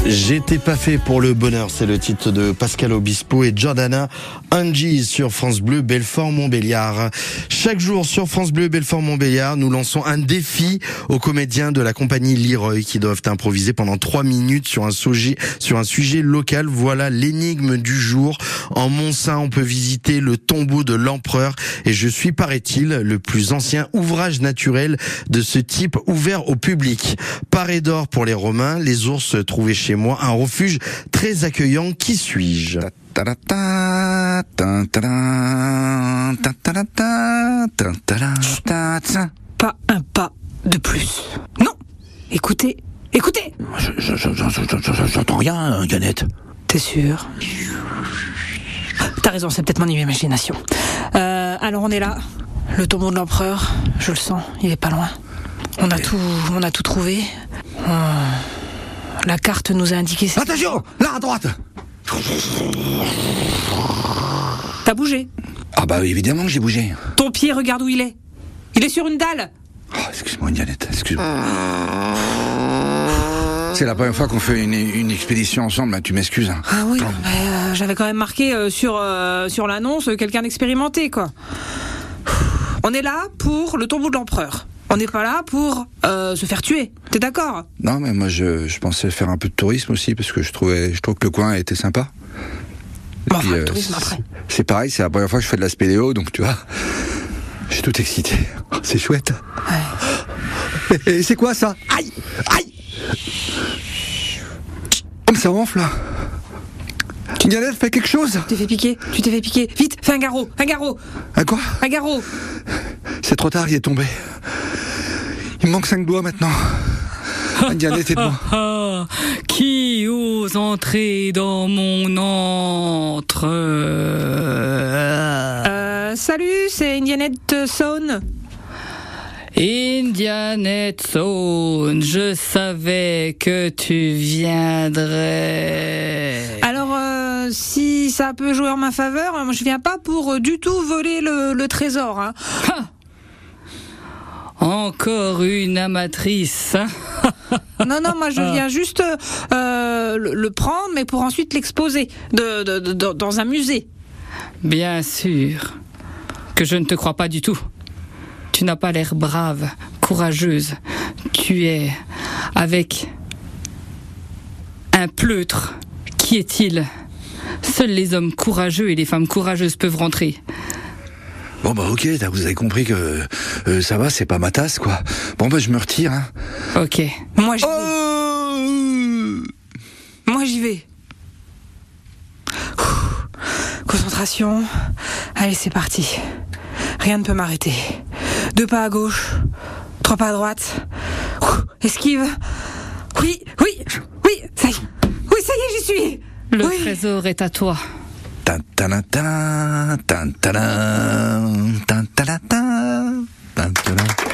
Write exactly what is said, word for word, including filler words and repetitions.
J'étais pas fait pour le bonheur, c'est le titre de Pascal Obispo et Jordana Angie sur France Bleu Belfort-Montbéliard. Chaque jour sur France Bleu Belfort-Montbéliard, nous lançons un défi aux comédiens de la compagnie Leroy qui doivent improviser pendant trois minutes sur un sujet, sur un sujet local. Voilà l'énigme du jour. En Montsaint, on peut visiter le tombeau de l'empereur et je suis, paraît-il, le plus ancien ouvrage naturel de ce type ouvert au public. Paré d'or pour les Romains, les ours trouvaient chez moi un refuge très accueillant. Qui suis-je? Pas un pas de plus. Non. Écoutez, écoutez. Je, je, je, je, je, je, j'entends rien, Yannette. T'es sûr? T'as raison, c'est peut-être mon imagination. Euh, alors on est là, le tombeau de l'empereur. Je le sens, il est pas loin. On a tout, on a tout trouvé. On... La carte nous a indiqué... Attention, là à droite. T'as bougé? Ah bah évidemment que j'ai bougé. Ton pied, regarde où il est. Il est sur une dalle. Oh, excuse-moi Yannette, excuse-moi. C'est la première fois qu'on fait une, une expédition ensemble, là, tu m'excuses. Hein. Ah oui, mais euh, j'avais quand même marqué euh, sur, euh, sur l'annonce euh, quelqu'un d'expérimenté, quoi. On est là pour le tombeau de l'empereur. On n'est pas là pour euh, se faire tuer. T'es d'accord? Non, mais moi je, je pensais faire un peu de tourisme aussi parce que je trouvais, je trouve que le coin était sympa. Et bon, puis, enfin, euh, le tourisme après. C'est pareil, c'est la première fois que je fais de la spéléo, donc tu vois, je suis tout excité. C'est chouette. Ouais. Et, et c'est quoi ça? Aïe, aïe. Oh, mais ça enfle là. Yannette, fais quelque chose. Tu t'es fait piquer, tu t'es fait piquer. Vite, fais un garrot, un garrot. Un quoi? Un garrot. C'est trop tard, il est tombé. Il me manque cinq doigts maintenant. Yannette est devant. Qui ose entrer dans mon antre? Euh, salut, c'est Indianette Saune. Indianette Saune, je savais que tu viendrais. Alors, euh, si ça peut jouer en ma faveur, moi je viens pas pour euh, du tout voler le, le trésor. Hein. Ha! Encore une amatrice. Hein? Non, non, moi je viens juste euh, le, le prendre, mais pour ensuite l'exposer de, de, de, de, dans un musée. Bien sûr que je ne te crois pas du tout. Tu n'as pas l'air brave, courageuse. Tu es avec un pleutre. Qui est-il? Seuls les hommes courageux et les femmes courageuses peuvent rentrer. Bon bah ok, vous avez compris que euh, ça va, c'est pas ma tasse quoi. Bon bah je me retire. Hein. Ok. Moi j'y vais. Oh Moi j'y vais. Ouh. Concentration. Allez, c'est parti. Rien ne peut m'arrêter. Deux pas à gauche, trois pas à droite. Ouh. Esquive. Oui, oui, oui, ça y est. Oui, ça y est, j'y suis. Le oui. trésor est à toi. Tan tan tan tan tan tan tan tan tan tan tan.